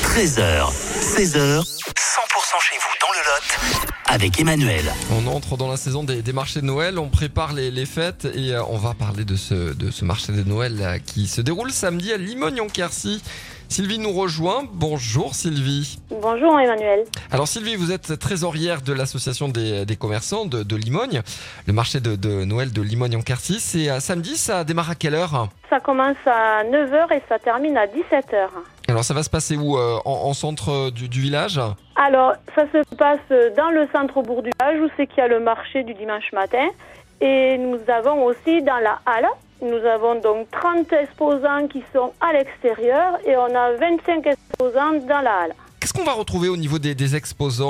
13h, 16h, 100% chez vous dans le Lot avec Emmanuel. On entre dans la saison des marchés de Noël, on prépare les fêtes et on va parler de ce marché de Noël qui se déroule samedi à Limogne-en-Quercy. Sylvie nous rejoint. Bonjour Sylvie. Bonjour Emmanuel. Alors Sylvie, vous êtes trésorière de l'association des commerçants de Limogne. Le marché de Noël de Limogne-en-Quercy, c'est samedi, ça démarre à quelle heure ? Ça commence à 9h et ça termine à 17h. Alors ça va se passer où ? En centre du village ? Alors, ça se passe dans le centre-bourg du village où c'est qu'il y a le marché du dimanche matin. Et nous avons aussi dans la halle, nous avons donc 30 exposants qui sont à l'extérieur et on a 25 exposants dans la halle. Qu'est-ce qu'on va retrouver au niveau des exposants ?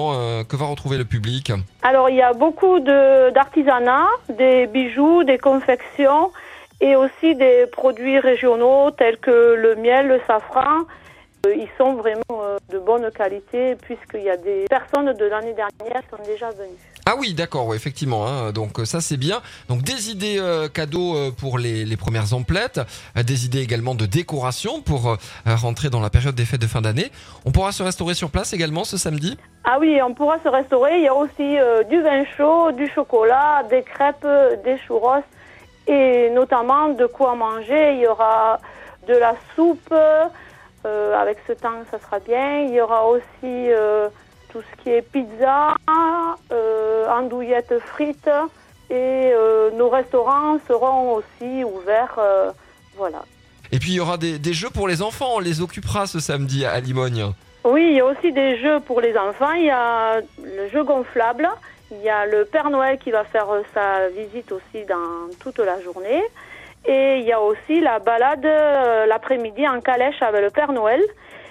Que va retrouver le public ? Alors, il y a beaucoup d'artisanat, des bijoux, des confections et aussi des produits régionaux tels que le miel, le safran. Ils sont vraiment de bonne qualité puisqu'il y a des personnes de l'année dernière qui sont déjà venues. Ah oui, d'accord, ouais, effectivement. Hein, donc ça c'est bien. Donc des idées cadeaux pour les premières emplettes, des idées également de décoration pour rentrer dans la période des fêtes de fin d'année. On pourra se restaurer sur place également ce samedi ? Ah oui, on pourra se restaurer. Il y a aussi du vin chaud, du chocolat, des crêpes, des churros et notamment de quoi manger. Il y aura de la soupe. Avec ce temps, ça sera bien. Il y aura aussi tout ce qui est pizza, andouillettes frites. Et nos restaurants seront aussi ouverts. Voilà. Et puis il y aura des jeux pour les enfants. On les occupera ce samedi à Limogne. Oui, il y a aussi des jeux pour les enfants. Il y a le jeu gonflable. Il y a le Père Noël qui va faire sa visite aussi dans toute la journée. Et il y a aussi la balade l'après-midi en calèche avec le Père Noël.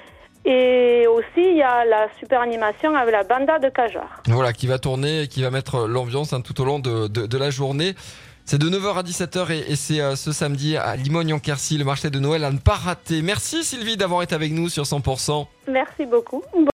Et aussi, il y a la super animation avec la banda de Cajar. Voilà, qui va tourner et qui va mettre l'ambiance tout au long de la journée. C'est de 9h à 17h et c'est ce samedi à Limogne-en-Quercy, le marché de Noël à ne pas rater. Merci Sylvie d'avoir été avec nous sur 100%. Merci beaucoup.